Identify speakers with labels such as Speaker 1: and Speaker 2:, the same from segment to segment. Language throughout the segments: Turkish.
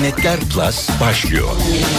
Speaker 1: İnternetler Plus başlıyor.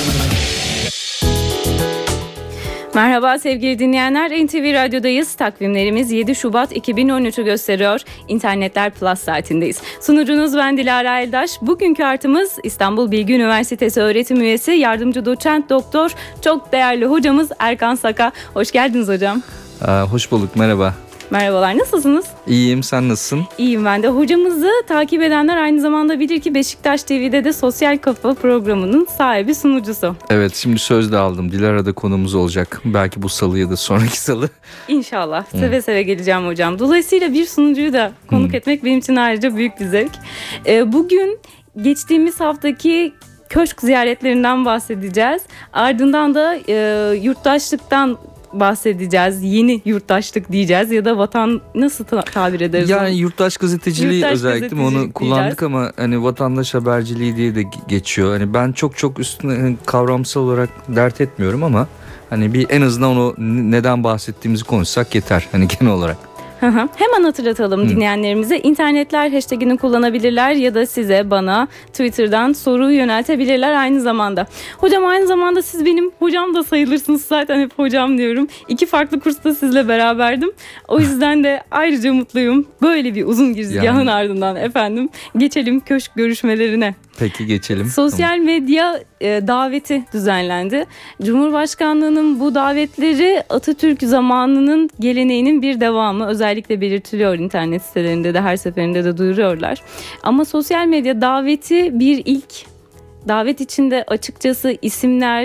Speaker 2: Merhaba sevgili dinleyenler, NTV Radyo'dayız. Takvimlerimiz 7 Şubat 2013'ü gösteriyor. İnternetler Plus saatindeyiz. Sunucunuz ben Dilara Eldaş. Bugünkü artımız İstanbul Bilgi Üniversitesi öğretim üyesi, yardımcı doçent doktor, çok değerli hocamız Erkan Saka. Hoş geldiniz hocam.
Speaker 3: Hoş bulduk, merhaba.
Speaker 2: Merhabalar, nasılsınız?
Speaker 3: İyiyim, sen nasılsın?
Speaker 2: İyiyim ben de. Hocamızı takip edenler aynı zamanda bilir ki Beşiktaş TV'de de Sosyal Kafa programının sahibi, sunucusu.
Speaker 3: Evet, şimdi söz de aldım. Dilara'da konumuz olacak. Belki bu salı ya da sonraki salı.
Speaker 2: İnşallah. Seve seve geleceğim hocam. Dolayısıyla bir sunucuyu da konuk etmek benim için ayrıca büyük bir zevk. Bugün geçtiğimiz haftaki köşk ziyaretlerinden bahsedeceğiz. Ardından da yurttaşlıktan bahsedeceğiz. Yeni yurttaşlık diyeceğiz ya da vatan nasıl tabir ederiz?
Speaker 3: Yani yurttaş gazeteciliği özellikle onu kullandık
Speaker 2: diyeceğiz.
Speaker 3: ama hani vatandaş haberciliği diye de geçiyor. Hani ben çok üstüne kavramsal olarak dert etmiyorum ama hani bir en azından onu neden bahsettiğimizi konuşsak yeter hani genel olarak.
Speaker 2: Hemen hatırlatalım dinleyenlerimize. İnternetler hashtagini kullanabilirler ya da size, bana Twitter'dan soru yöneltebilirler aynı zamanda. Hocam, aynı zamanda siz benim hocam da sayılırsınız, zaten hep hocam diyorum. 2 farklı kursta sizle beraberdim. O yüzden de ayrıca mutluyum. Böyle bir uzun girizgahın ardından efendim geçelim köşk görüşmelerine.
Speaker 3: Peki geçelim.
Speaker 2: Sosyal medya daveti düzenlendi. Cumhurbaşkanlığının bu davetleri Atatürk zamanının geleneğinin bir devamı. Özellikle belirtiliyor, internet sitelerinde de her seferinde de duyuruyorlar. Ama sosyal medya daveti bir ilk. Davet içinde açıkçası isimler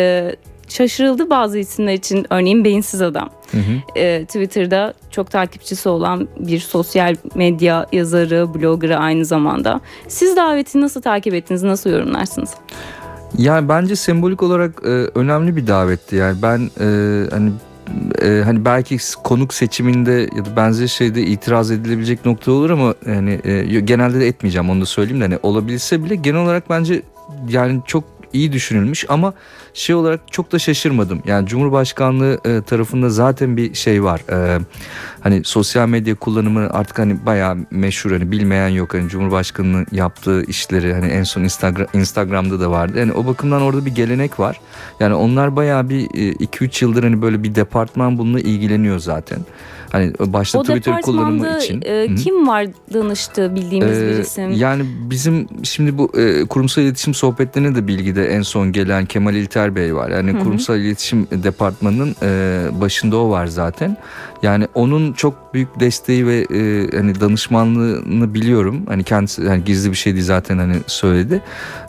Speaker 2: şaşırıldı bazı isimler için. Örneğin Beyinsiz Adam. Twitter'da çok takipçisi olan bir sosyal medya yazarı, bloggerı aynı zamanda. Siz daveti nasıl takip ettiniz, nasıl yorumlarsınız?
Speaker 3: Yani bence sembolik olarak önemli bir davetti. Yani ben hani belki konuk seçiminde ya da benzer şeyde itiraz edilebilecek nokta olur ama hani genelde de etmeyeceğim, onu da söyleyeyim de hani olabilse bile genel olarak bence yani çok iyi düşünülmüş ama şey olarak çok da şaşırmadım. Yani Cumhurbaşkanlığı tarafında zaten bir şey var. Hani sosyal medya kullanımı artık hani bayağı meşhur, hani bilmeyen yok. Hani Cumhurbaşkanının yaptığı işleri hani en son Instagram'da da vardı. Yani o bakımdan orada bir gelenek var. Yani onlar bayağı bir 2-3 yıldır hani böyle bir departman bununla ilgileniyor zaten. Hani başta Twitter kullanımı için.
Speaker 2: Kim var danıştı bildiğimiz bir isim?
Speaker 3: Yani bizim şimdi bu kurumsal iletişim sohbetlerine de bilgide en son gelen Kemal İlter Bey var. Yani kurumsal iletişim departmanının başında o var zaten. Yani onun çok büyük desteği ve hani danışmanlığını biliyorum. Hani kendisi, hani gizli bir şey değil zaten, hani söyledi.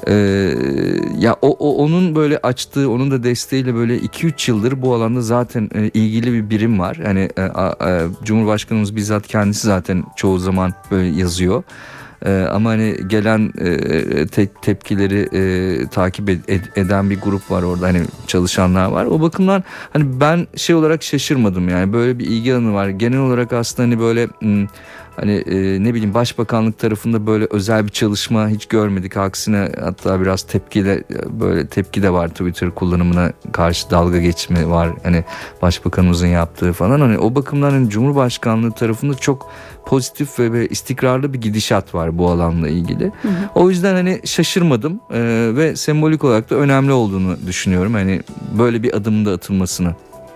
Speaker 3: Ya onun böyle açtığı, onun da desteğiyle böyle 2-3 yıldır bu alanda zaten ilgili bir birim var. Hani Cumhurbaşkanımız bizzat kendisi zaten çoğu zaman böyle yazıyor. Ama hani gelen tepkileri takip eden bir grup var orada, hani çalışanlar var. O bakımdan hani ben şey olarak şaşırmadım, yani böyle bir ilgi alanı var. Genel olarak aslında hani böyle hani ne bileyim Başbakanlık tarafında böyle özel bir çalışma hiç görmedik. Aksine hatta biraz tepki de var, Twitter kullanımına karşı dalga geçme var. Hani Başbakanımızın yaptığı falan. Hani o bakımdan hani Cumhurbaşkanlığı tarafında çok pozitif ve istikrarlı bir gidişat var bu alanla ilgili. O yüzden hani şaşırmadım ve sembolik olarak da önemli olduğunu düşünüyorum. Hani böyle bir adımın da atılmasını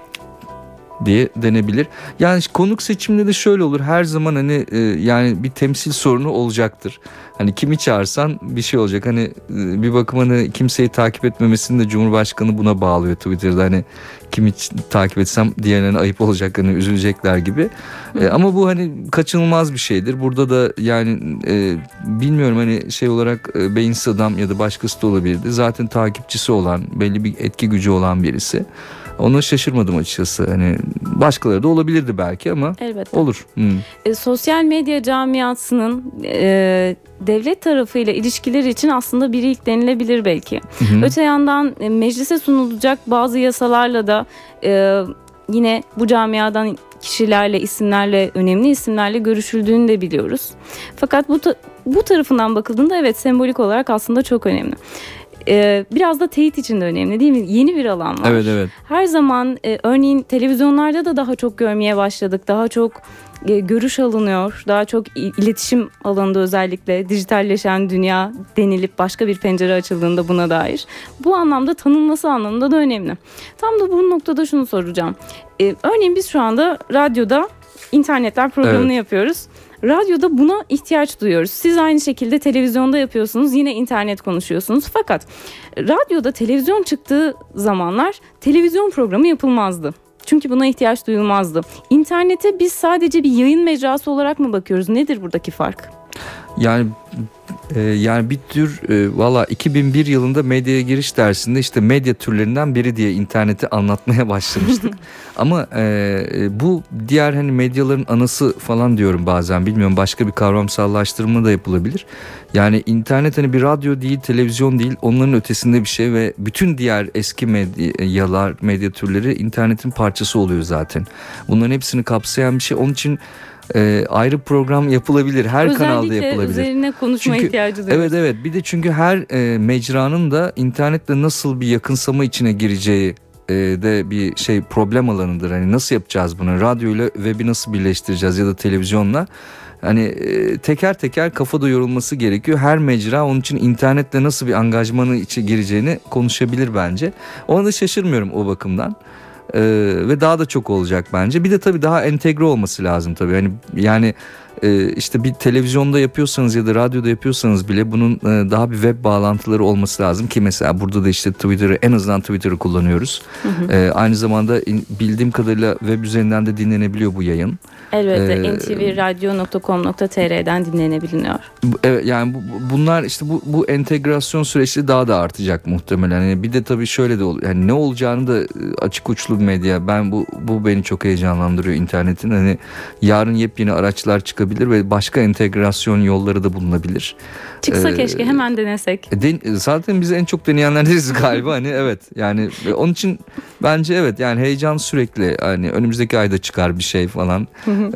Speaker 3: diye denebilir. Yani konuk seçiminde de şöyle olur. Her zaman hani yani bir temsil sorunu olacaktır. Hani kimi çağırsan bir şey olacak. Hani bir bakıma hani kimseyi takip etmemesini de Cumhurbaşkanı buna bağlıyor Twitter'da. Hani kimi takip etsem diğerlerine ayıp olacak, hani üzülecekler gibi. Ama bu hani kaçınılmaz bir şeydir. Burada da yani bilmiyorum, hani şey olarak Beyinsiz Adam ya da başkası da olabilirdi. Zaten takipçisi olan, belli bir etki gücü olan birisi. Ona şaşırmadım açıkçası. Hani başkaları da olabilirdi belki ama
Speaker 2: elbette
Speaker 3: olur.
Speaker 2: Sosyal medya camiasının devlet tarafıyla ilişkileri için aslında bir ilk denilebilir belki. Öte yandan meclise sunulacak bazı yasalarla da yine bu camiadan kişilerle, isimlerle, önemli isimlerle görüşüldüğünü de biliyoruz. Fakat bu tarafından bakıldığında evet, sembolik olarak aslında çok önemli. Biraz da teyit için de önemli değil mi? Yeni bir alan var.
Speaker 3: Evet.
Speaker 2: Her zaman örneğin televizyonlarda da daha çok görmeye başladık. Daha çok görüş alınıyor. Daha çok iletişim alanında, özellikle dijitalleşen dünya denilip başka bir pencere açıldığında buna dair. Bu anlamda tanınması anlamında da önemli. Tam da bu noktada şunu soracağım. Örneğin biz şu anda radyoda internetler programını yapıyoruz. Radyoda buna ihtiyaç duyuyoruz. Siz aynı şekilde televizyonda yapıyorsunuz. Yine internet konuşuyorsunuz. Fakat radyoda televizyon çıktığı zamanlar televizyon programı yapılmazdı. Çünkü buna ihtiyaç duyulmazdı. İnternete biz sadece bir yayın mecrası olarak mı bakıyoruz? Nedir buradaki fark?
Speaker 3: Yani bir tür valla 2001 yılında medyaya giriş dersinde işte medya türlerinden biri diye interneti anlatmaya başlamıştık. Ama bu diğer hani medyaların anası falan diyorum bazen, bilmiyorum, başka bir kavramsallaştırma da yapılabilir. Yani internet hani bir radyo değil, televizyon değil, onların ötesinde bir şey ve bütün diğer eski medya türleri internetin parçası oluyor zaten. Bunların hepsini kapsayan bir şey. Onun için ayrı program yapılabilir. Her
Speaker 2: özellikle
Speaker 3: kanalda yapılabilir.
Speaker 2: Özellikle üzerine konuşma ihtiyacı duyuyoruz.
Speaker 3: Evet. Bir de çünkü her mecranın da internetle nasıl bir yakınsama içine gireceği de bir problem alanıdır. Hani nasıl yapacağız bunu? Radyoyla web'i nasıl birleştireceğiz ya da televizyonla? Hani teker teker kafada yorulması gerekiyor. Her mecra onun için internetle nasıl bir angajmanın içe gireceğini konuşabilir bence. Ona da şaşırmıyorum o bakımdan. Ve daha da çok olacak bence. Bir de tabii daha entegre olması lazım tabii. Yani işte bir televizyonda yapıyorsanız ya da radyoda yapıyorsanız bile bunun daha bir web bağlantıları olması lazım ki mesela burada da işte en azından Twitter'ı kullanıyoruz. Aynı zamanda bildiğim kadarıyla web üzerinden de dinlenebiliyor bu yayın.
Speaker 2: Elbette ntvradio.com.tr'den dinlenebiliyor.
Speaker 3: Evet, yani bunlar işte bu entegrasyon süreçleri daha da artacak muhtemelen. Yani bir de tabii şöyle de oluyor. Yani ne olacağını da açık uçlu bir medya. Bu beni çok heyecanlandırıyor internetin. Hani yarın yepyeni araçlar çıkabilir ve başka entegrasyon yolları da bulunabilir.
Speaker 2: Çıksa keşke hemen denesek.
Speaker 3: Zaten bizi en çok deneyenlerdeniz galiba. Hani evet, yani onun için bence evet, yani heyecan sürekli, hani önümüzdeki ayda çıkar bir şey falan.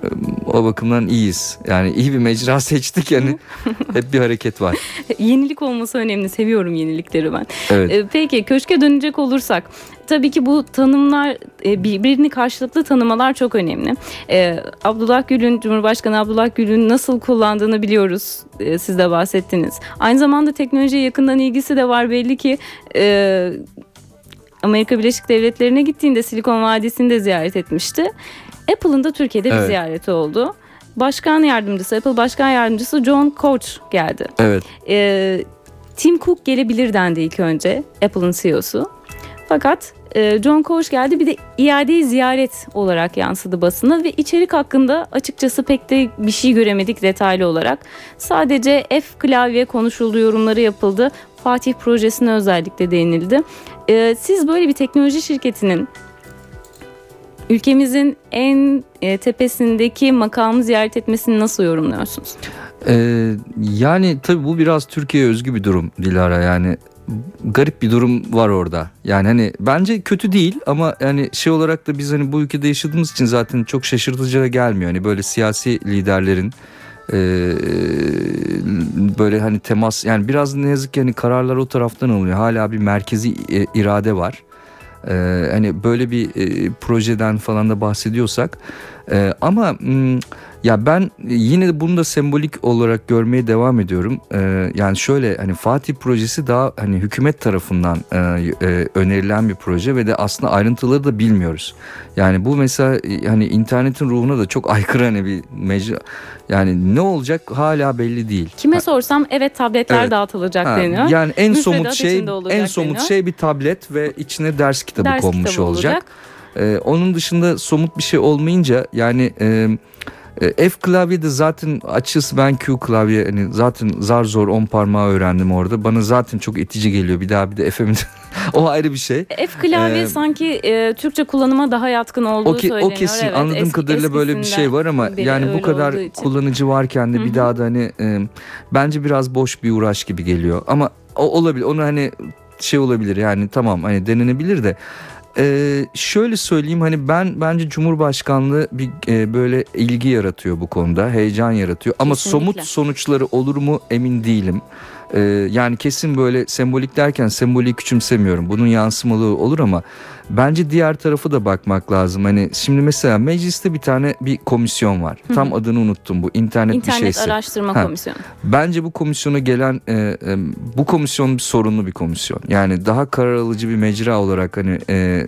Speaker 3: O bakımdan iyiyiz. Yani iyi bir mecra seçtik, yani hep bir hareket var.
Speaker 2: Yenilik olması önemli. Seviyorum yenilikleri ben.
Speaker 3: Evet.
Speaker 2: Peki köşke dönecek olursak, tabii ki bu tanımlar, birbirini karşılıklı tanımalar çok önemli. Cumhurbaşkanı Abdullah Gül'ün nasıl kullandığını biliyoruz. Siz de bahsettiniz. Aynı zamanda teknolojiye yakından ilgisi de var belli ki. Amerika Birleşik Devletleri'ne gittiğinde Silikon Vadisi'ni de ziyaret etmişti. Apple'ın da Türkiye'de bir ziyareti oldu. Apple Başkan Yardımcısı John Koch geldi.
Speaker 3: Evet.
Speaker 2: Tim Cook gelebilir dendi ilk önce, Apple'ın CEO'su. Fakat John Koch geldi, bir de iade ziyaret olarak yansıdı basına ve içerik hakkında açıkçası pek de bir şey göremedik detaylı olarak. Sadece F klavye konuşuldu, yorumları yapıldı. Fatih projesine özellikle değinildi. Siz böyle bir teknoloji şirketinin ülkemizin en tepesindeki makamı ziyaret etmesini nasıl yorumluyorsunuz?
Speaker 3: Yani tabii bu biraz Türkiye'ye özgü bir durum Dilara, yani garip bir durum var orada. Yani hani bence kötü değil ama yani olarak da biz hani bu ülkede yaşadığımız için zaten çok şaşırtıcı da gelmiyor. Hani böyle siyasi liderlerin böyle hani temas, yani biraz ne yazık ki hani kararlar o taraftan alınıyor. Hala bir merkezi irade var. Hani böyle bir projeden falan da bahsediyorsak ama ya ben yine de bunu da sembolik olarak görmeye devam ediyorum. Yani şöyle, hani Fatih projesi daha hani hükümet tarafından önerilen bir proje ve de aslında ayrıntıları da bilmiyoruz. Yani bu mesela hani internetin ruhuna da çok aykırı hani bir mecra. Yani ne olacak hala belli değil.
Speaker 2: Kime sorsam evet tabletler dağıtılacak deniyor.
Speaker 3: Yani en somut
Speaker 2: deniyor.
Speaker 3: şey bir tablet ve içine ders kitabı konmuş olacak. Onun dışında somut bir şey olmayınca yani F klavyede zaten açısı, ben Q klavye hani zaten zar zor 10 parmağı öğrendim orada. Bana zaten çok itici geliyor. Bir de F'im o ayrı bir şey.
Speaker 2: F klavye sanki Türkçe kullanıma daha yatkın olduğu söyleniyor.
Speaker 3: O kesin, evet, anladığım kadarıyla böyle bir şey var ama yani bu kadar kullanıcı varken de bir daha da hani bence biraz boş bir uğraş gibi geliyor. Ama o olabilir. Onu hani olabilir yani, tamam hani denenebilir de. Şöyle söyleyeyim, hani bence Cumhurbaşkanlığı bir böyle ilgi yaratıyor bu konuda, heyecan yaratıyor ama
Speaker 2: kesinlikle.
Speaker 3: Somut sonuçları olur mu emin değilim. Yani kesin böyle sembolik derken semboliği küçümsemiyorum. Bunun yansımalı olur ama bence diğer tarafı da bakmak lazım. Hani şimdi mesela mecliste bir komisyon var. Tam adını unuttum, bu internet bir şeysi.
Speaker 2: İnternet Araştırma Komisyonu.
Speaker 3: Bence bu komisyona gelen bu komisyon bir sorunlu bir komisyon. Yani daha karar alıcı bir mecra olarak hani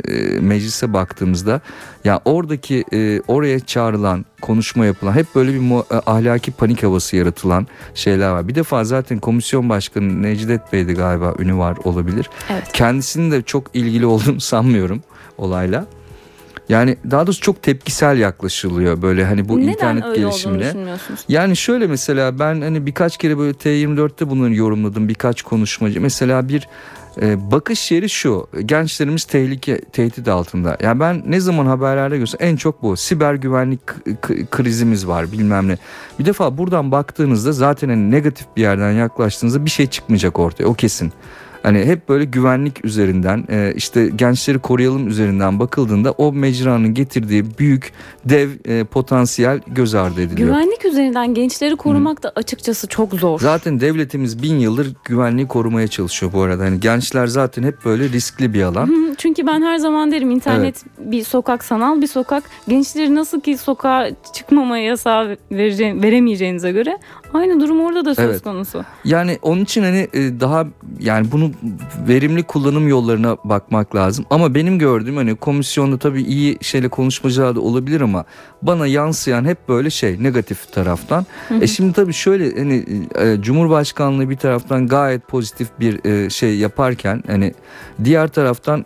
Speaker 3: meclise baktığımızda ya oradaki oraya çağrılan, konuşma yapılan, hep böyle bir ahlaki panik havası yaratılan şeyler var. Bir defa zaten komisyon başkanı Necdet Bey'di galiba, ünü var olabilir.
Speaker 2: Evet.
Speaker 3: Kendisinin de çok ilgili olduğunu sanmıyorum olayla. Yani daha doğrusu çok tepkisel yaklaşılıyor böyle hani bu
Speaker 2: Neden
Speaker 3: internet
Speaker 2: öyle
Speaker 3: gelişimine.
Speaker 2: olduğunu düşünmüyorsunuz?
Speaker 3: Yani şöyle, mesela ben hani birkaç kere böyle T24'te bunu yorumladım, birkaç konuşmacı. Mesela bir bakış yeri şu: gençlerimiz tehdit altında. Yani ben ne zaman haberlerde görsem en çok bu siber güvenlik krizimiz var bilmem ne. Bir defa buradan baktığınızda zaten hani negatif bir yerden yaklaştığınızda bir şey çıkmayacak ortaya, o kesin. Hani hep böyle güvenlik üzerinden, işte gençleri koruyalım üzerinden bakıldığında o mecranın getirdiği büyük dev potansiyel göz ardı ediliyor.
Speaker 2: Güvenlik üzerinden gençleri korumak da açıkçası çok zor.
Speaker 3: Zaten devletimiz 1000 yıldır güvenliği korumaya çalışıyor bu arada. Hani gençler zaten hep böyle riskli bir alan.
Speaker 2: Çünkü ben her zaman derim, internet bir sokak, sanal bir sokak. Gençleri nasıl ki sokağa çıkmamaya yasağı veremeyeceğinize göre aynı durum orada da söz konusu.
Speaker 3: Yani onun için hani daha yani bunu verimli kullanım yollarına bakmak lazım. Ama benim gördüğüm hani komisyonda tabii iyi şeyle konuşmacılar da olabilir ama bana yansıyan hep böyle negatif taraftan. Şimdi tabii şöyle hani Cumhurbaşkanlığı bir taraftan gayet pozitif bir şey yaparken hani diğer taraftan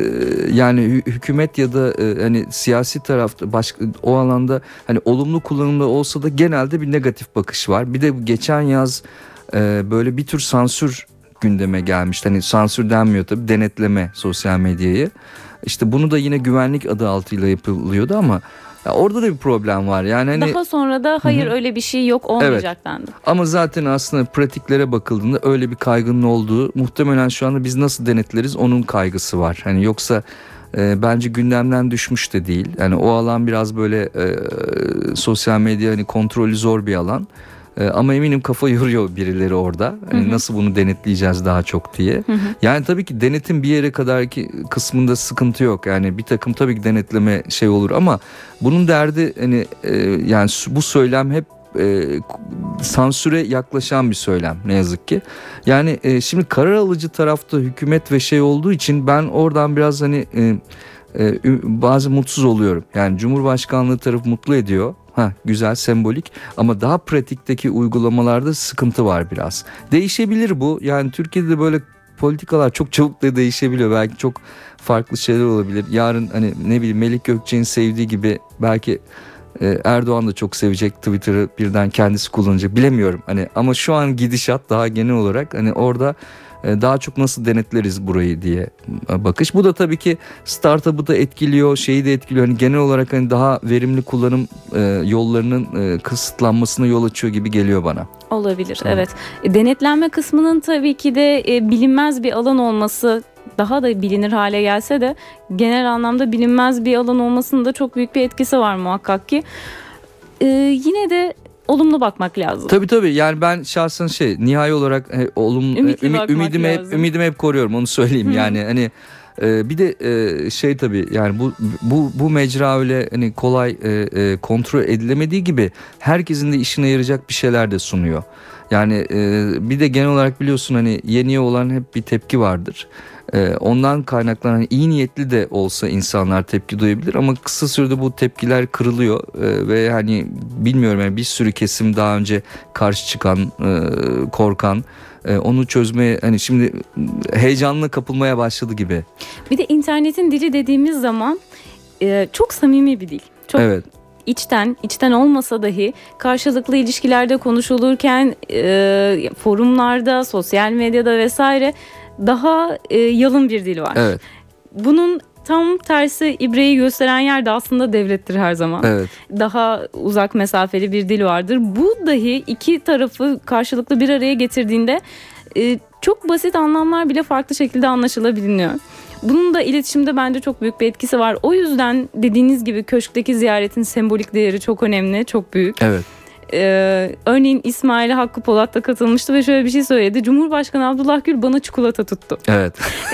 Speaker 3: yani hükümet ya da hani siyasi tarafta başka o alanda hani olumlu kullanımda olsa da genelde bir negatif bakış var. Bir de geçen yaz böyle bir tür sansür gündeme gelmişti. Hani sansür denmiyor tabii, denetleme sosyal medyayı. İşte bunu da yine güvenlik adı altıyla yapılıyordu ama orada da bir problem var. Yani hani
Speaker 2: daha sonra da hayır öyle bir şey yok, olmayacak dendi.
Speaker 3: Ama zaten aslında pratiklere bakıldığında öyle bir kaygının olduğu, muhtemelen şu anda biz nasıl denetleriz onun kaygısı var. Hani yoksa bence gündemden düşmüş de değil. Yani o alan biraz böyle sosyal medya hani kontrolü zor bir alan. Ama eminim kafa yoruyor birileri orada. Hani nasıl bunu denetleyeceğiz daha çok diye. Yani tabii ki denetim bir yere kadarki kısmında sıkıntı yok. Yani bir takım tabii ki denetleme olur ama bunun derdi hani yani bu söylem hep sansüre yaklaşan bir söylem ne yazık ki. Yani şimdi karar alıcı tarafta hükümet ve olduğu için ben oradan biraz hani bazı mutsuz oluyorum. Yani Cumhurbaşkanlığı tarafı mutlu ediyor. Güzel, sembolik, ama daha pratikteki uygulamalarda sıkıntı var biraz. Değişebilir bu. Yani Türkiye'de böyle politikalar çok çabuk da değişebiliyor. Belki çok farklı şeyler olabilir. Yarın hani ne bileyim Melik Gökçe'nin sevdiği gibi belki Erdoğan da çok sevecek, Twitter'ı birden kendisi kullanacak. Bilemiyorum hani, ama şu an gidişat daha genel olarak hani orada daha çok nasıl denetleriz burayı diye bakış. Bu da tabii ki startup'ı da etkiliyor, de etkiliyor. Hani genel olarak hani daha verimli kullanım yollarının kısıtlanmasına yol açıyor gibi geliyor bana.
Speaker 2: Olabilir, evet. Denetlenme kısmının tabii ki de bilinmez bir alan olması, daha da bilinir hale gelse de genel anlamda bilinmez bir alan olmasının da çok büyük bir etkisi var muhakkak ki. Yine de olumlu bakmak lazım.
Speaker 3: Tabii yani ben şahsen nihai olarak olumlu ümidimi hep koruyorum, onu söyleyeyim. Yani hani bir de tabii yani bu mecra öyle hani kolay kontrol edilemediği gibi herkesin de işine yarayacak bir şeyler de sunuyor. Yani bir de genel olarak biliyorsun hani yeniye olan hep bir tepki vardır. Ondan kaynaklanan iyi niyetli de olsa insanlar tepki duyabilir ama kısa sürede bu tepkiler kırılıyor ve hani bilmiyorum yani bir sürü kesim daha önce karşı çıkan, korkan, onu çözmeye hani şimdi heyecanla kapılmaya başladı gibi.
Speaker 2: Bir de internetin dili dediğimiz zaman çok samimi bir dil. Çok içten olmasa dahi karşılıklı ilişkilerde konuşulurken forumlarda, sosyal medyada vesaire daha yalın bir dil var.
Speaker 3: Evet.
Speaker 2: Bunun tam tersi ibreyi gösteren yer de aslında devlettir her zaman.
Speaker 3: Evet.
Speaker 2: Daha uzak mesafeli bir dil vardır. Bu dahi iki tarafı karşılıklı bir araya getirdiğinde çok basit anlamlar bile farklı şekilde anlaşılabiliyor. Bunun da iletişimde bence çok büyük bir etkisi var. O yüzden dediğiniz gibi köşkteki ziyaretin sembolik değeri çok önemli, çok büyük.
Speaker 3: Evet.
Speaker 2: Örneğin İsmail Hakkı Polat da katılmıştı ve şöyle bir şey söyledi. Cumhurbaşkanı Abdullah Gül bana çikolata tuttu.
Speaker 3: Evet.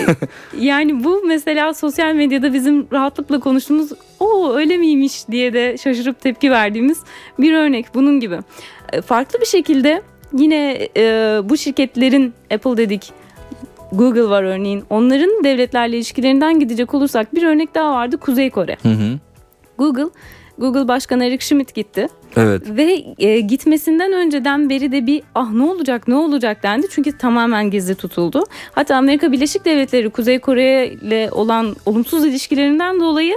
Speaker 2: Yani bu mesela sosyal medyada bizim rahatlıkla konuştuğumuz öyle miymiş diye de şaşırıp tepki verdiğimiz bir örnek bunun gibi. Farklı bir şekilde yine bu şirketlerin, Apple dedik, Google var örneğin, onların devletlerle ilişkilerinden gidecek olursak bir örnek daha vardı, Kuzey Kore.
Speaker 3: Hı hı.
Speaker 2: Google Başkanı Eric Schmidt gitti.
Speaker 3: Evet.
Speaker 2: Ve gitmesinden önceden beri de bir ne olacak dendi. Çünkü tamamen gizli tutuldu. Hatta Amerika Birleşik Devletleri Kuzey Kore ile olan olumsuz ilişkilerinden dolayı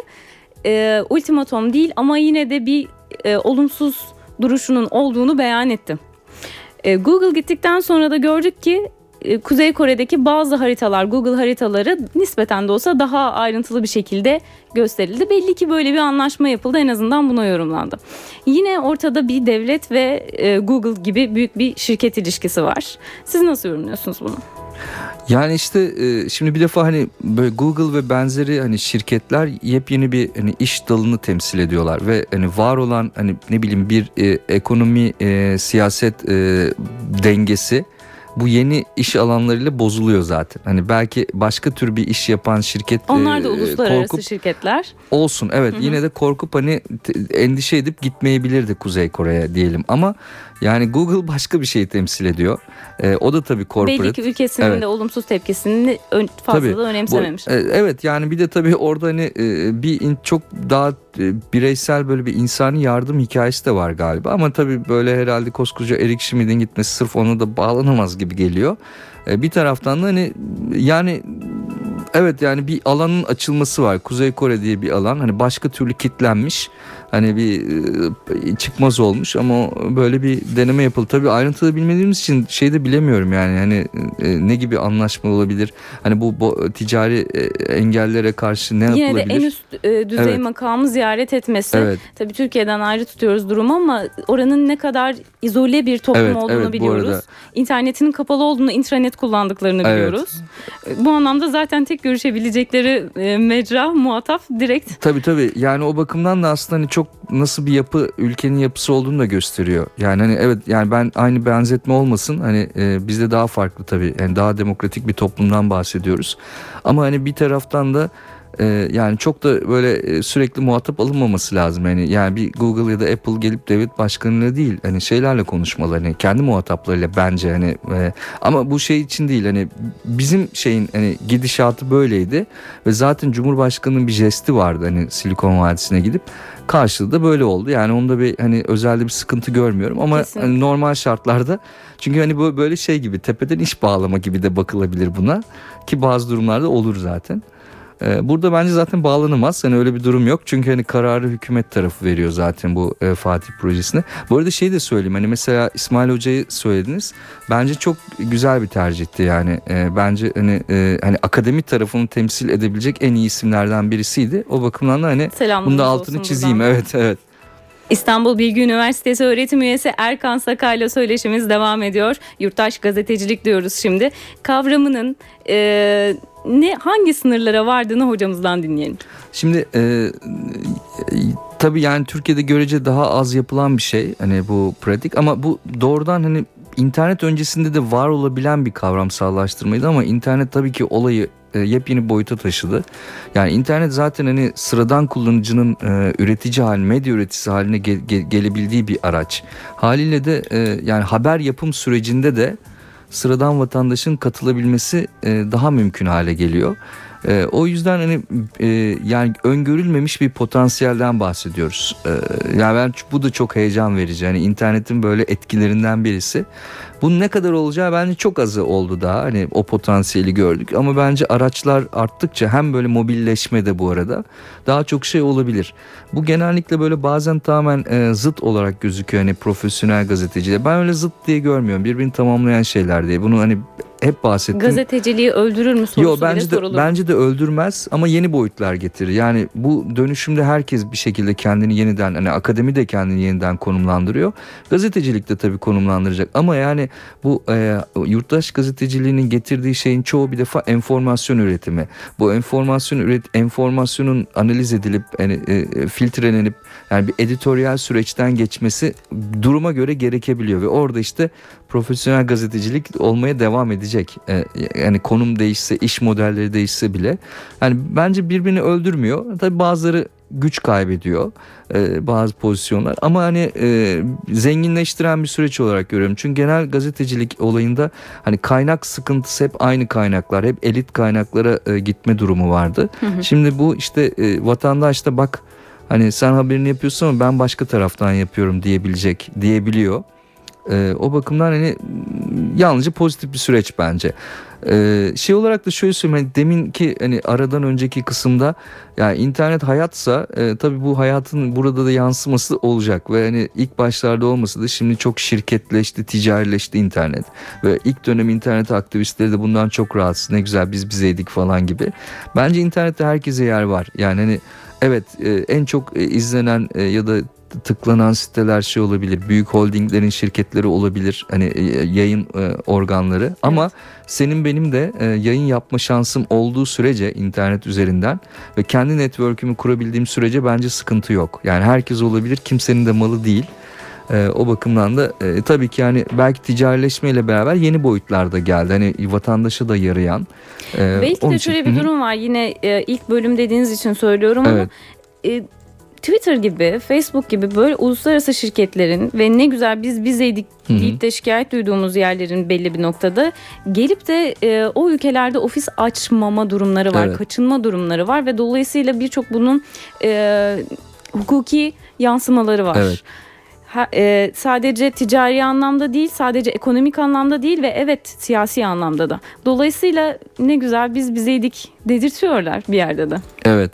Speaker 2: ultimatom değil ama yine de bir olumsuz duruşunun olduğunu beyan etti. Google gittikten sonra da gördük ki Kuzey Kore'deki bazı haritalar, Google haritaları nispeten de olsa daha ayrıntılı bir şekilde gösterildi. Belli ki böyle bir anlaşma yapıldı, en azından buna yorumlandı. Yine ortada bir devlet ve Google gibi büyük bir şirket ilişkisi var. Siz nasıl yorumluyorsunuz bunu?
Speaker 3: Yani işte şimdi bir defa hani böyle Google ve benzeri hani şirketler yepyeni bir hani iş dalını temsil ediyorlar ve hani var olan hani ne bileyim bir ekonomi siyaset dengesi bu yeni iş alanlarıyla bozuluyor zaten. Hani belki başka tür bir iş yapan şirket
Speaker 2: onlar da uluslararası şirketler
Speaker 3: olsun. Evet, hı hı. Yine de korkup hani endişe edip gitmeyebilirdi Kuzey Kore'ye diyelim ama yani Google başka bir şeyi temsil ediyor. O da tabii corporate.
Speaker 2: Belli ki ülkesinin de olumsuz tepkisini fazla da önemsememiş.
Speaker 3: Evet, yani bir de tabii orada hani çok daha bireysel böyle bir insani yardım hikayesi de var galiba. Ama tabii böyle herhalde koskoca Eric Schmidt'in gitmesi sırf ona da bağlanamaz gibi geliyor. Bir taraftan da hani yani evet, yani bir alanın açılması var. Kuzey Kore diye bir alan hani başka türlü kilitlenmiş. Hani bir çıkmaz olmuş ama böyle bir deneme yapıldı. Tabii ayrıntılı bilmediğimiz için şey de bilemiyorum yani hani ne gibi anlaşma olabilir? Hani bu ticari engellere karşı ne yapılabilir?
Speaker 2: Yine de en üst düzey makamı ziyaret etmesi. Evet. Tabii Türkiye'den ayrı tutuyoruz durumu ama oranın ne kadar izole bir toplum olduğunu biliyoruz. İnternetinin kapalı olduğunu, intranet kullandıklarını biliyoruz. Bu anlamda zaten tek görüşebilecekleri mecra, muhatap direkt.
Speaker 3: Tabii yani o bakımdan da aslında hani çok nasıl bir yapı, ülkenin yapısı olduğunu da gösteriyor. Yani hani evet, yani ben aynı benzetme olmasın hani bizde daha farklı tabii, yani daha demokratik bir toplumdan bahsediyoruz. Ama hani bir taraftan da yani çok da böyle sürekli muhatap alınmaması lazım. Yani bir Google ya da Apple gelip devlet başkanıyla değil, hani şeylerle konuşmalı, hani kendi muhataplarıyla bence hani ama bu şey için değil, hani bizim şeyin hani gidişatı böyleydi ve zaten Cumhurbaşkanı'nın bir jesti vardı hani Silikon Vadisi'ne gidip, karşılığı da böyle oldu. Yani onda bir hani özelde bir sıkıntı görmüyorum ama hani normal şartlarda, çünkü hani bu böyle şey gibi tepeden iş bağlama gibi de bakılabilir buna, ki bazı durumlarda olur zaten. Burada bence zaten bağlanamaz. Hani öyle bir durum yok. Çünkü hani kararı hükümet tarafı veriyor zaten bu Fatih projesine. Bu arada şeyi de söyleyeyim. Hani mesela İsmail Hoca'yı söylediniz. Bence çok güzel bir tercihti yani. Bence hani akademi tarafını temsil edebilecek en iyi isimlerden birisiydi. O bakımdan da hani bunda altını çizeyim. Buradan. Evet.
Speaker 2: İstanbul Bilgi Üniversitesi öğretim üyesi Erkan Sakay'la söyleşimiz devam ediyor. Yurttaş gazetecilik diyoruz şimdi. Kavramının hangi sınırlara vardığını hocamızdan dinleyelim.
Speaker 3: Şimdi tabii yani Türkiye'de görece daha az yapılan bir şey hani bu pratik, ama bu doğrudan hani internet öncesinde de var olabilen bir kavramsallaştırmaydı ama internet tabii ki olayı yepyeni boyuta taşıdı. Yani internet zaten hani sıradan kullanıcının üretici haline, medya üreticisi haline gelebildiği bir araç. Haliyle de yani haber yapım sürecinde de sıradan vatandaşın katılabilmesi daha mümkün hale geliyor. O yüzden hani yani öngörülmemiş bir potansiyelden bahsediyoruz. Yani bu da çok heyecan verici. Yani internetin böyle etkilerinden birisi. Bunun ne kadar olacağı bence çok azı oldu daha. Hani o potansiyeli gördük ama bence araçlar arttıkça hem böyle mobilleşme de bu arada daha çok şey olabilir. Bu genellikle böyle bazen tamamen zıt olarak gözüküyor hani profesyonel gazetecide. Ben öyle zıt diye görmüyorum. Birbirini tamamlayan şeyler diye. Bunu hani hep bahsettim.
Speaker 2: Gazeteciliği öldürür mü sorusu bile sorulur.
Speaker 3: Bence de öldürmez ama yeni boyutlar getirir. Yani bu dönüşümde herkes bir şekilde kendini yeniden, hani akademi de kendini yeniden konumlandırıyor. Gazetecilik de tabii konumlandıracak ama yani bu yurttaş gazeteciliğinin getirdiği şeyin çoğu bir defa enformasyon üretimi. Bu enformasyonun analiz edilip filtrelenip yani bir editoryal süreçten geçmesi duruma göre gerekebiliyor ve orada işte profesyonel gazetecilik olmaya devam edecek. Yani konum değişse, iş modelleri değişse bile. Yani bence birbirini öldürmüyor. Tabii bazıları güç kaybediyor bazı pozisyonlar ama hani zenginleştiren bir süreç olarak görüyorum. Çünkü genel gazetecilik olayında hani kaynak sıkıntısı hep aynı kaynaklar, hep elit kaynaklara gitme durumu vardı. Şimdi bu işte vatandaş da bak hani sen haberini yapıyorsun ama ben başka taraftan yapıyorum diyebiliyor. O bakımdan hani yalnızca pozitif bir süreç bence. Şey olarak da şöyle söyleyeyim, hani deminki hani aradan önceki kısımda yani internet hayatsa tabii bu hayatın burada da yansıması olacak ve hani ilk başlarda olmasa da şimdi çok şirketleşti, ticarileşti internet ve ilk dönem internet aktivistleri de bundan çok rahatsız, ne güzel biz bizeydik falan gibi. Bence internette herkese yer var. Yani hani evet, en çok izlenen ya da tıklanan siteler şey olabilir. Büyük holdinglerin şirketleri olabilir. Hani yayın organları. Evet. Ama senin benim de yayın yapma şansım olduğu sürece internet üzerinden ve kendi network'ümü kurabildiğim sürece bence sıkıntı yok. Yani herkes olabilir. Kimsenin de malı değil. O bakımdan da tabii ki yani belki ticarileşmeyle beraber yeni boyutlar da geldi. Hani vatandaşa da yarayan.
Speaker 2: Belki de şöyle bir durum var. Yine ilk bölüm dediğiniz için söylüyorum ama Twitter gibi, Facebook gibi böyle uluslararası şirketlerin ve ne güzel biz bizeydik deyip de şikayet duyduğumuz yerlerin belli bir noktada gelip de o ülkelerde ofis açmama durumları var, kaçınma durumları var ve dolayısıyla birçok bunun hukuki yansımaları var. Evet. Sadece ticari anlamda değil, sadece ekonomik anlamda değil ve evet siyasi anlamda da. Dolayısıyla ne güzel biz bizeydik dedirtiyorlar bir yerde de.
Speaker 3: Evet.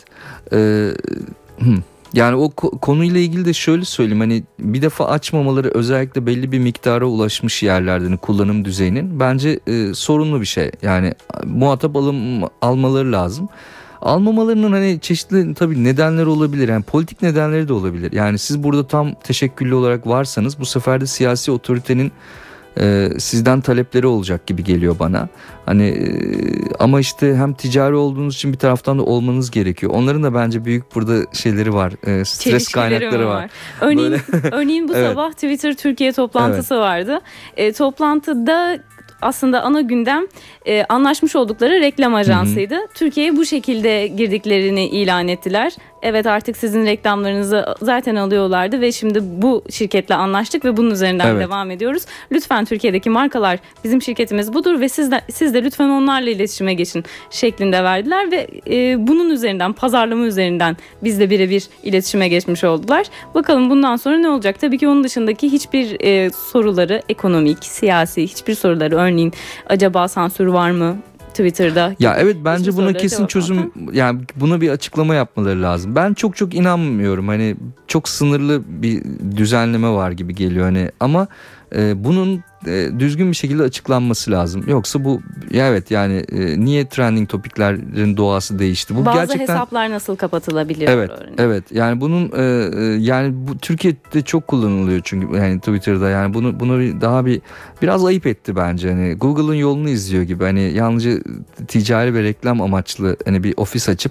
Speaker 3: Yani o konuyla ilgili de şöyle söyleyeyim, hani bir defa açmamaları özellikle belli bir miktara ulaşmış yerlerden kullanım düzeyinin bence sorunlu bir şey. Yani muhatap almaları lazım. Almamalarının hani çeşitli tabii nedenleri olabilir. Yani politik nedenleri de olabilir. Yani siz burada tam teşekküllü olarak varsanız bu sefer de siyasi otoritenin sizden talepleri olacak gibi geliyor bana. Hani ama işte hem ticari olduğunuz için bir taraftan da olmanız gerekiyor. Onların da bence büyük burada şeyleri var. Stres kaynakları var.
Speaker 2: Örneğin bu sabah Twitter Türkiye toplantısı vardı. Toplantıda aslında ana gündem anlaşmış oldukları reklam ajansıydı. Türkiye'ye bu şekilde girdiklerini ilan ettiler. Evet, artık sizin reklamlarınızı zaten alıyorlardı ve şimdi bu şirketle anlaştık ve bunun üzerinden devam ediyoruz. Lütfen Türkiye'deki markalar bizim şirketimiz budur ve siz de lütfen onlarla iletişime geçin şeklinde verdiler ve bunun üzerinden, pazarlama üzerinden bizle birebir iletişime geçmiş oldular. Bakalım bundan sonra ne olacak? Tabii ki onun dışındaki hiçbir soruları, ekonomik, siyasi hiçbir soruları, örneğin acaba sansür var mı Twitter'da?
Speaker 3: Ya evet, bence buna kesin çözüm, yani buna bir açıklama yapmaları lazım. Ben çok inanmıyorum. Hani çok sınırlı bir düzenleme var gibi geliyor hani, ama bunun düzgün bir şekilde açıklanması lazım. Yoksa bu yani niye trending topiklerin doğası değişti? Bu
Speaker 2: bazı
Speaker 3: gerçekten
Speaker 2: hesaplar nasıl kapatılabiliyor?
Speaker 3: Evet. Yani bunun yani bu Türkiye'de çok kullanılıyor çünkü yani Twitter'da, yani bunu biraz ayıp etti bence. Hani Google'ın yolunu izliyor gibi. Hani yalnızca ticari ve reklam amaçlı hani bir ofis açıp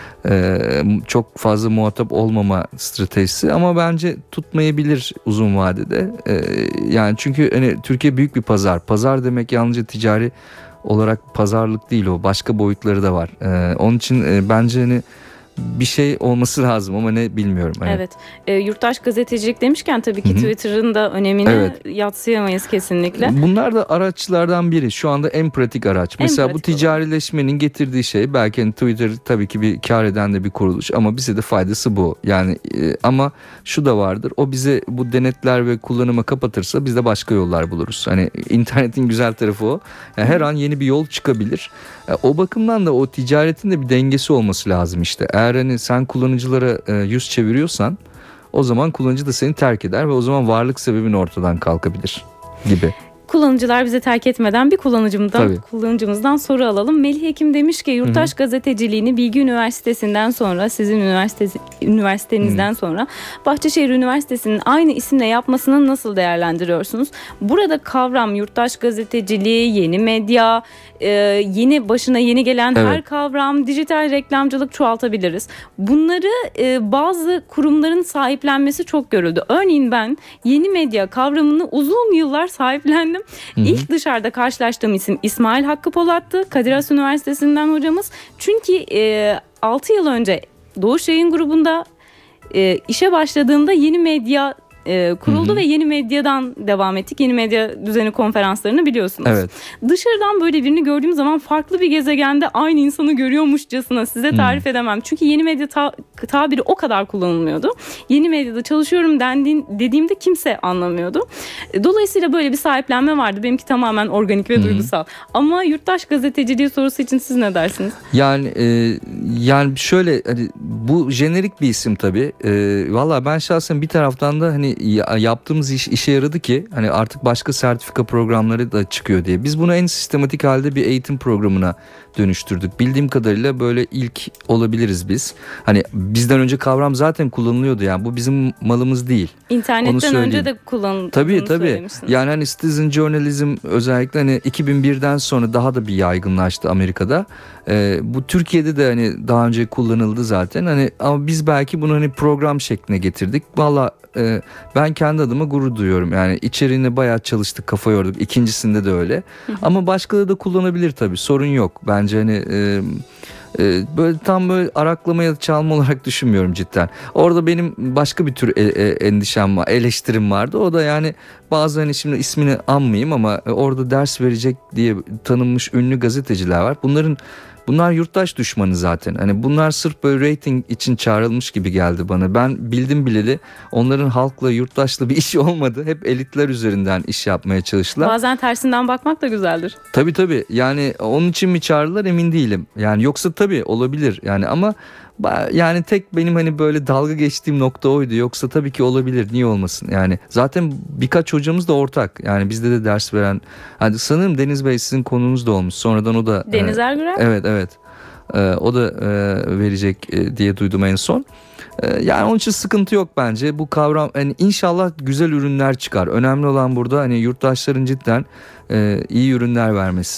Speaker 3: çok fazla muhatap olmama stratejisi, ama bence tutmayabilir uzun vadede. Yani çünkü hani Türkiye büyük bir pazar. Pazar demek yalnızca ticari olarak pazarlık değil, o başka boyutları da var. Onun için bence hani bir şey olması lazım ama ne bilmiyorum.
Speaker 2: Evet. Yurttaş gazetecilik demişken tabii ki Twitter'ın da önemini yadsıyamayız kesinlikle.
Speaker 3: Bunlar da araçlardan biri. Şu anda en pratik araç. Mesela bu ticarileşmenin getirdiği şey, belki hani Twitter tabii ki bir kar eden de bir kuruluş ama bize de faydası bu. Yani ama şu da vardır. O bize bu denetler ve kullanıma kapatırsa biz de başka yollar buluruz. Hani internetin güzel tarafı o. Yani her an yeni bir yol çıkabilir. O bakımdan da o ticaretin de bir dengesi olması lazım işte. Eğer hani sen kullanıcılara yüz çeviriyorsan o zaman kullanıcı da seni terk eder ve o zaman varlık sebebin ortadan kalkabilir gibi.
Speaker 2: kullanıcılar bize terk etmeden bir kullanıcımızdan soru alalım. Melih Ekim demiş ki yurttaş gazeteciliğini Bilgi Üniversitesi'nden sonra, sizin üniversitenizden sonra Bahçeşehir Üniversitesi'nin aynı isimle yapmasını nasıl değerlendiriyorsunuz? Burada kavram yurttaş gazeteciliği, yeni medya, başına yeni gelen her kavram, dijital reklamcılık çoğaltabiliriz. Bunları bazı kurumların sahiplenmesi çok görüldü. Örneğin ben yeni medya kavramını uzun yıllar sahiplendim. İlk dışarıda karşılaştığım isim İsmail Hakkı Polat'tı. Kadir Has Üniversitesi'nden hocamız. Çünkü 6 yıl önce Doğuş Yayın Grubu'nda işe başladığımda yeni medya kuruldu ve yeni medyadan devam ettik. Yeni medya düzeni konferanslarını biliyorsunuz. Evet. Dışarıdan böyle birini gördüğüm zaman farklı bir gezegende aynı insanı görüyormuşçasına size tarif edemem. Çünkü yeni medya tabiri o kadar kullanılmıyordu. Yeni medyada çalışıyorum dediğimde kimse anlamıyordu. Dolayısıyla böyle bir sahiplenme vardı. Benimki tamamen organik ve duygusal. Ama yurttaş gazeteciliği sorusu için siz ne dersiniz?
Speaker 3: Yani şöyle hani bu jenerik bir isim tabii. Valla ben şahsen bir taraftan da hani yaptığımız iş işe yaradı ki hani artık başka sertifika programları da çıkıyor diye. Biz bunu en sistematik halde bir eğitim programına dönüştürdük. Bildiğim kadarıyla böyle ilk olabiliriz biz. Hani bizden önce kavram zaten kullanılıyordu yani. Bu bizim malımız değil.
Speaker 2: İnternetten önce de kullanıldığını
Speaker 3: tabii. Yani hani citizen journalism özellikle hani 2001'den sonra daha da bir yaygınlaştı Amerika'da. Bu Türkiye'de de hani daha önce kullanıldı zaten. Hani ama biz belki bunu hani program şekline getirdik. Valla ben kendi adıma gurur duyuyorum. Yani içeriğine bayağı çalıştık, kafa yorduk. İkincisinde de öyle. Ama başkaları da kullanabilir tabii. Sorun yok. Bence hani böyle tam böyle araklama ya da çalma olarak düşünmüyorum cidden. Orada benim başka bir tür endişem var, eleştirim vardı. O da yani bazı hani şimdi ismini anmayayım ama orada ders verecek diye tanınmış ünlü gazeteciler var. Bunlar yurttaş düşmanı zaten. Hani bunlar sırf böyle rating için çağrılmış gibi geldi bana. Ben bildim bileli onların halkla, yurttaşla bir işi olmadı. Hep elitler üzerinden iş yapmaya çalıştılar.
Speaker 2: Bazen tersinden bakmak da güzeldir.
Speaker 3: Tabii. Yani onun için mi çağırdılar emin değilim. Yani yoksa tabii olabilir. Yani ama yani tek benim hani böyle dalga geçtiğim nokta oydu. Yoksa tabii ki olabilir. Niye olmasın? Yani zaten birkaç hocamız da ortak. Yani bizde de ders veren. Hani sanırım Deniz Bey sizin konunuz da olmuş. Sonradan o da
Speaker 2: Deniz Ergüren.
Speaker 3: Evet. O da verecek diye duydum en son. Yani onun için sıkıntı yok bence. Bu kavram hani inşallah güzel ürünler çıkar. Önemli olan burada hani yurttaşların cidden iyi ürünler vermesi.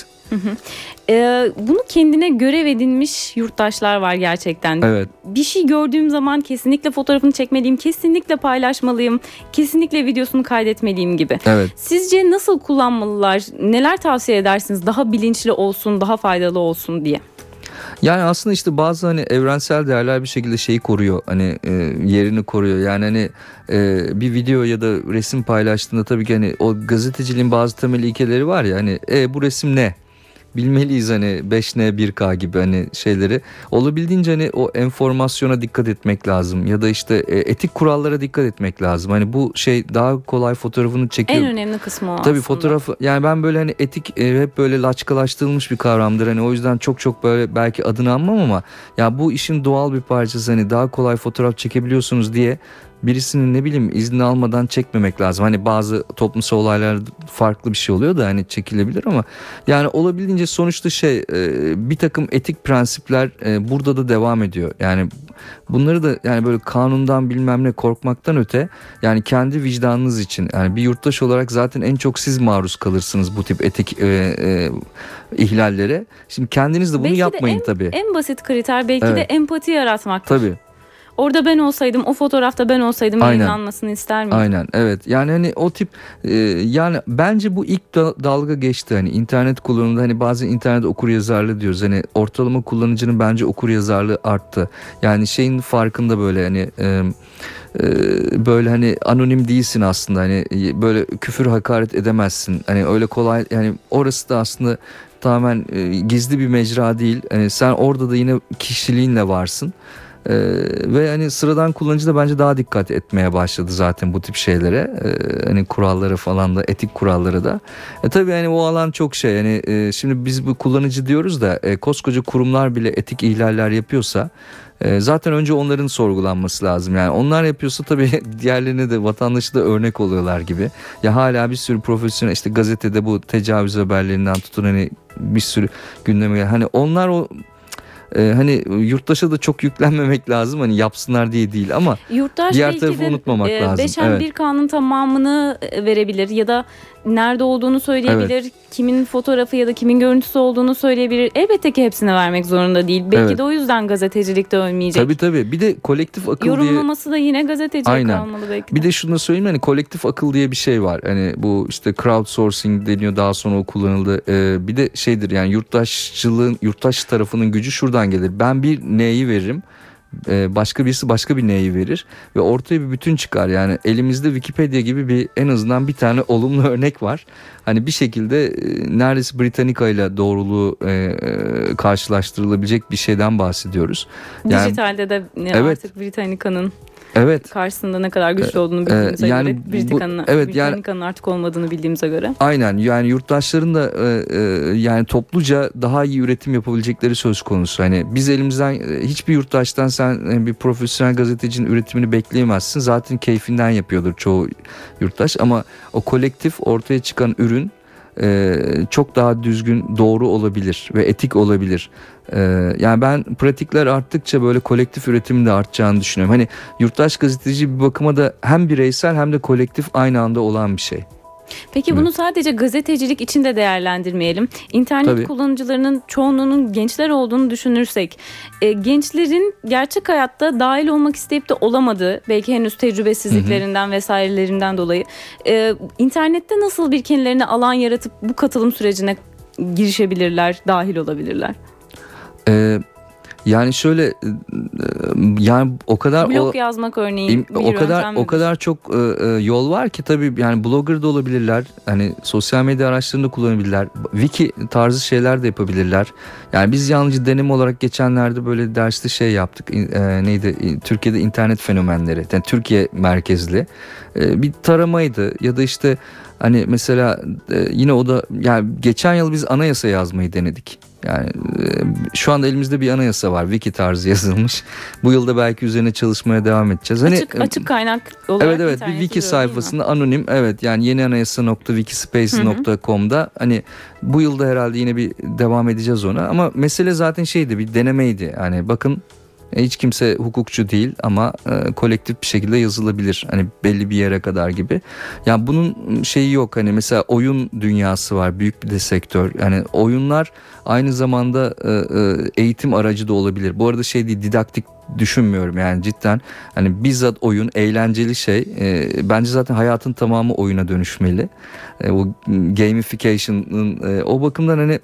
Speaker 2: Bunu kendine görev edinmiş yurttaşlar var gerçekten.
Speaker 3: Evet.
Speaker 2: Bir şey gördüğüm zaman kesinlikle fotoğrafını çekmeliyim, kesinlikle paylaşmalıyım, kesinlikle videosunu kaydetmeliyim gibi.
Speaker 3: Evet.
Speaker 2: Sizce nasıl kullanmalılar? Neler tavsiye edersiniz? Daha bilinçli olsun, daha faydalı olsun diye.
Speaker 3: Yani aslında işte bazı hani evrensel değerler bir şekilde şeyi koruyor. Hani yerini koruyor. Yani hani bir video ya da resim paylaştığında tabii ki hani o gazeteciliğin bazı temel ilkeleri var ya hani bu resim ne? Bilmeliyiz hani 5N 1K gibi hani şeyleri. Olabildiğince hani o enformasyona dikkat etmek lazım. Ya da işte etik kurallara dikkat etmek lazım. Hani bu şey daha kolay fotoğrafını çekiyor.
Speaker 2: En önemli kısmı o
Speaker 3: tabii
Speaker 2: aslında.
Speaker 3: Fotoğrafı yani ben böyle hani etik hep böyle laçkalaştırılmış bir kavramdır. Hani o yüzden çok böyle belki adını anmam ama ya bu işin doğal bir parçası. Hani daha kolay fotoğraf çekebiliyorsunuz diye birisinin ne bileyim izni almadan çekmemek lazım. Hani bazı toplumsal olaylar farklı bir şey oluyor da hani çekilebilir ama yani olabildiğince sonuçta bir takım etik prensipler burada da devam ediyor. Yani bunları da yani böyle kanundan bilmem ne korkmaktan öte yani kendi vicdanınız için yani bir yurttaş olarak zaten en çok siz maruz kalırsınız bu tip etik ihlallere. Şimdi kendiniz de bunu belki yapmayın tabii.
Speaker 2: En basit kriter belki de empati yaratmaktır.
Speaker 3: Tabii.
Speaker 2: Orada ben olsaydım, o fotoğrafta ben olsaydım yayınlanmasını ister miyim?
Speaker 3: Aynen, evet. Yani hani o tip yani bence bu ilk dalga geçti. Hani internet kullanımında hani bazen internet okuryazarlığı diyoruz. Hani ortalama kullanıcının bence okuryazarlığı arttı. Yani şeyin farkında böyle hani böyle hani anonim değilsin aslında. Hani böyle küfür hakaret edemezsin. Hani öyle kolay yani orası da aslında tamamen gizli bir mecra değil. Hani sen orada da yine kişiliğinle varsın. Ve hani sıradan kullanıcı da bence daha dikkat etmeye başladı zaten bu tip şeylere. Hani kuralları falan da, etik kuralları da. Tabii hani o alan çok şey. Yani şimdi biz bu kullanıcı diyoruz da koskoca kurumlar bile etik ihlaller yapıyorsa zaten önce onların sorgulanması lazım. Yani onlar yapıyorsa tabii diğerlerine de, vatandaşı da örnek oluyorlar gibi. Ya hala bir sürü profesyonel, işte gazetede bu tecavüz haberlerinden tutun hani bir sürü gündeme gelen. Hani onlar o hani yurttaşa da çok yüklenmemek lazım, hani yapsınlar diye değil ama
Speaker 2: yurttaş
Speaker 3: diğer tarafı unutmamak lazım.
Speaker 2: 5M1 kanun tamamını verebilir ya da nerede olduğunu söyleyebilir, kimin fotoğrafı ya da kimin görüntüsü olduğunu söyleyebilir. Elbette ki hepsine vermek zorunda değil. Belki de o yüzden gazetecilikte ölmeyecek.
Speaker 3: Tabii. Bir de kolektif akıl
Speaker 2: yorumlaması da yine gazeteciye kalmalı belki de.
Speaker 3: Bir de şunu da söyleyeyim, hani kolektif akıl diye bir şey var. Hani bu işte crowdsourcing deniyor, daha sonra o kullanıldı. Bir de şeydir yani, yurttaş tarafının gücü şuradan gelir. Ben bir neyi veririm, başka birisi başka bir neyi verir ve ortaya bir bütün çıkar. Yani elimizde Wikipedia gibi en azından bir tane olumlu örnek var. Hani bir şekilde neredeyse Britannica ile doğruluğu karşılaştırılabilecek bir şeyden bahsediyoruz. Yani,
Speaker 2: dijitalde de artık Britannica'nın karşısında ne kadar güçlü olduğunu bildiğimize göre, Britannica'nın artık olmadığını bildiğimize göre.
Speaker 3: Aynen, yani yurttaşların da yani topluca daha iyi üretim yapabilecekleri söz konusu. Hani biz elimizden, hiçbir yurttaştan sen bir profesyonel gazetecinin üretimini bekleyemezsin. Zaten keyfinden yapıyordur çoğu yurttaş, ama o kolektif ortaya çıkan ürün çok daha düzgün, doğru olabilir ve etik olabilir. Yani ben pratikler arttıkça böyle kolektif üretimin de artacağını düşünüyorum. Hani yurttaş gazeteci bir bakıma da hem bireysel hem de kolektif aynı anda olan bir şey.
Speaker 2: Peki bunu sadece gazetecilik için de değerlendirmeyelim. İnternet kullanıcılarının çoğunluğunun gençler olduğunu düşünürsek, gençlerin gerçek hayatta dahil olmak isteyip de olamadığı, belki henüz tecrübesizliklerinden vesairelerinden dolayı internette nasıl bir kendilerine alan yaratıp bu katılım sürecine girişebilirler, dahil olabilirler?
Speaker 3: Yani şöyle, yani o kadar
Speaker 2: blog yazmak örneğin
Speaker 3: o kadar çok yol var ki tabii, yani blogger da olabilirler. Hani sosyal medya araçlarını da kullanabilirler. Wiki tarzı şeyler de yapabilirler. Yani biz yalnızca deneme olarak geçenlerde böyle derste şey yaptık. Neydi? Türkiye'de internet fenomenleri. Yani Türkiye merkezli bir taramaydı ya da işte hani mesela yine o da, yani geçen yıl biz anayasa yazmayı denedik. Yani şu anda elimizde bir anayasa var, wiki tarzı yazılmış. Bu yılda belki üzerine çalışmaya devam edeceğiz. Hani
Speaker 2: açık kaynak olarak.
Speaker 3: Evet, bir wiki sayfasında anonim. Evet, yani yenianayasa.wikispace.com'da hani bu yılda herhalde yine bir devam edeceğiz ona. Ama mesele zaten şeydi, bir denemeydi. Yani bakın, hiç kimse hukukçu değil ama kolektif bir şekilde yazılabilir. Hani belli bir yere kadar gibi. Yani bunun şeyi yok. Hani mesela oyun dünyası var, büyük bir de sektör. Yani oyunlar aynı zamanda eğitim aracı da olabilir. Bu arada şey değil, didaktik düşünmüyorum yani, cidden. Hani bizzat oyun eğlenceli şey. Bence zaten hayatın tamamı oyuna dönüşmeli. O gamification'ın o bakımdan hani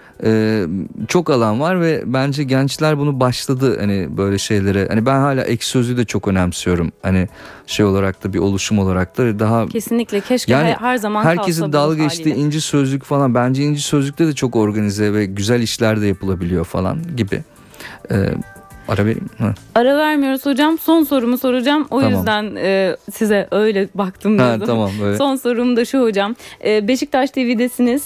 Speaker 3: çok alan var ve bence gençler bunu başladı, hani böyle şeylere. Hani ben hala Ekşi Sözlüğü de çok önemsiyorum. Hani şey olarak da, bir oluşum olarak da daha
Speaker 2: kesinlikle, keşke
Speaker 3: yani
Speaker 2: her zaman
Speaker 3: herkesin dalga geçtiği İnci Sözlük falan, bence İnci Sözlük'te de çok organize ve güzel işler de yapılabiliyor falan gibi. Ara vereyim mi?
Speaker 2: Ara vermiyoruz hocam. Son sorumu soracağım. O yüzden size öyle baktım dedim.
Speaker 3: Tamam, böyle.
Speaker 2: Son sorum da şu hocam. Beşiktaş TV'desiniz.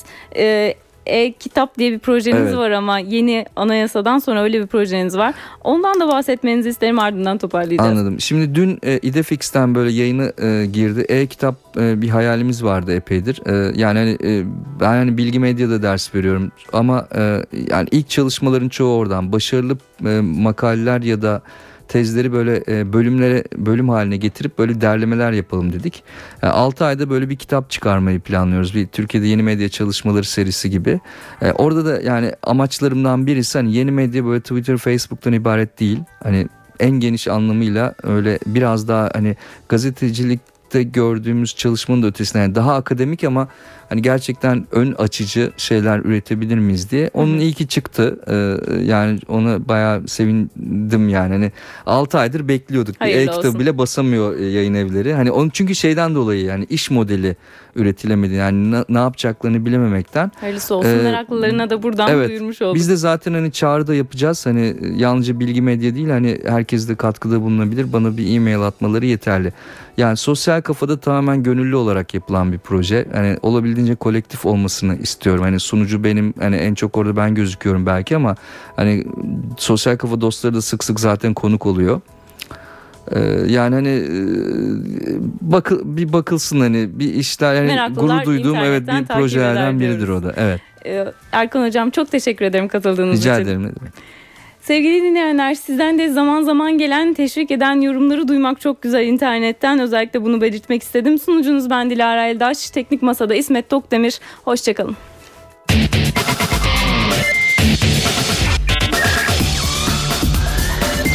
Speaker 2: Kitap diye bir projeniz var ama yeni anayasadan sonra öyle bir projeniz var. Ondan da bahsetmenizi isterim, ardından toparlayacağız.
Speaker 3: Anladım. Şimdi dün İdefix'ten böyle yayını girdi. E-kitap bir hayalimiz vardı epeydir. Yani hani ben hani bilgi medyada ders veriyorum ama yani ilk çalışmaların çoğu oradan. Başarılı makaleler ya da tezleri böyle bölüm haline getirip böyle derlemeler yapalım dedik. 6 ayda böyle bir kitap çıkarmayı planlıyoruz. Bir Türkiye'de yeni medya çalışmaları serisi gibi. Orada da yani amaçlarımdan birisi, hani yeni medya böyle Twitter, Facebook'tan ibaret değil. Hani en geniş anlamıyla öyle biraz daha hani gazetecilikte birlikte gördüğümüz çalışmanın da ötesinde, yani daha akademik ama hani gerçekten ön açıcı şeyler üretebilir miyiz diye. Onun iyi ki çıktı. Yani ona bayağı sevindim yani. Hani 6 aydır bekliyorduk.
Speaker 2: Hayırlı
Speaker 3: Bir e-kitabı
Speaker 2: olsun.
Speaker 3: bile basamıyor yayın evleri. Hani onun çünkü şeyden dolayı, yani iş modeli üretilemedi. Yani ne yapacaklarını bilememekten.
Speaker 2: Hayırlısı olsun. Meraklılarına da buradan duyurmuş olduk.
Speaker 3: Biz de zaten hani çağrıda yapacağız. Hani yalnızca Bilgi Medya değil, hani herkes de katkıda bulunabilir. Bana bir e-mail atmaları yeterli. Yani Sosyal Kafa'da tamamen gönüllü olarak yapılan bir proje. Hani olabildiğince kolektif olmasını istiyorum. Hani sunucu benim, hani en çok orada ben gözüküyorum belki ama hani Sosyal Kafa dostları da sık sık zaten konuk oluyor. Yani hani bir bakılsın, hani bir işler, hani
Speaker 2: Meraklılar
Speaker 3: gurur duyduğum bir
Speaker 2: takip
Speaker 3: projelerden
Speaker 2: eder
Speaker 3: biridir
Speaker 2: diyoruz.
Speaker 3: o da. Evet.
Speaker 2: Erkan Hocam çok teşekkür ederim katıldığınız için.
Speaker 3: Rica ederim, ne demek.
Speaker 2: Sevgili dinleyenler, sizden de zaman zaman gelen teşvik eden yorumları duymak çok güzel internetten. Özellikle bunu belirtmek istedim. Sunucunuz ben Dilara Eldaş. Teknik Masa'da İsmet Tokdemir. Hoşçakalın.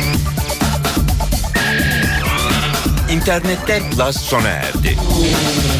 Speaker 1: İnternette Plus sona erdi.